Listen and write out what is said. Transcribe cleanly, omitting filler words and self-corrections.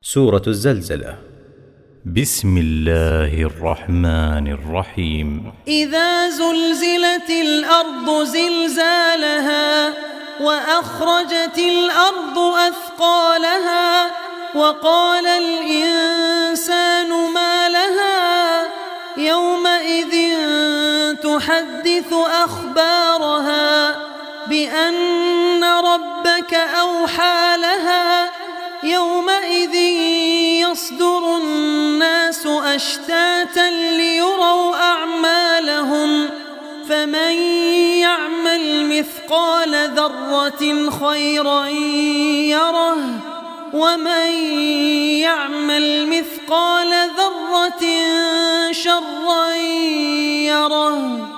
سورة الزلزلة. بسم الله الرحمن الرحيم. إذا زلزلت الأرض زلزالها وأخرجت الأرض أثقالها وقال الإنسان ما لها يومئذ تحدث أخبارها بأن ربك أوحى لها يومئذ يصدر الناس أشتاتا ليروا أعمالهم فمن يعمل مثقال ذرة خيرا يره ومن يعمل مثقال ذرة شرا يره.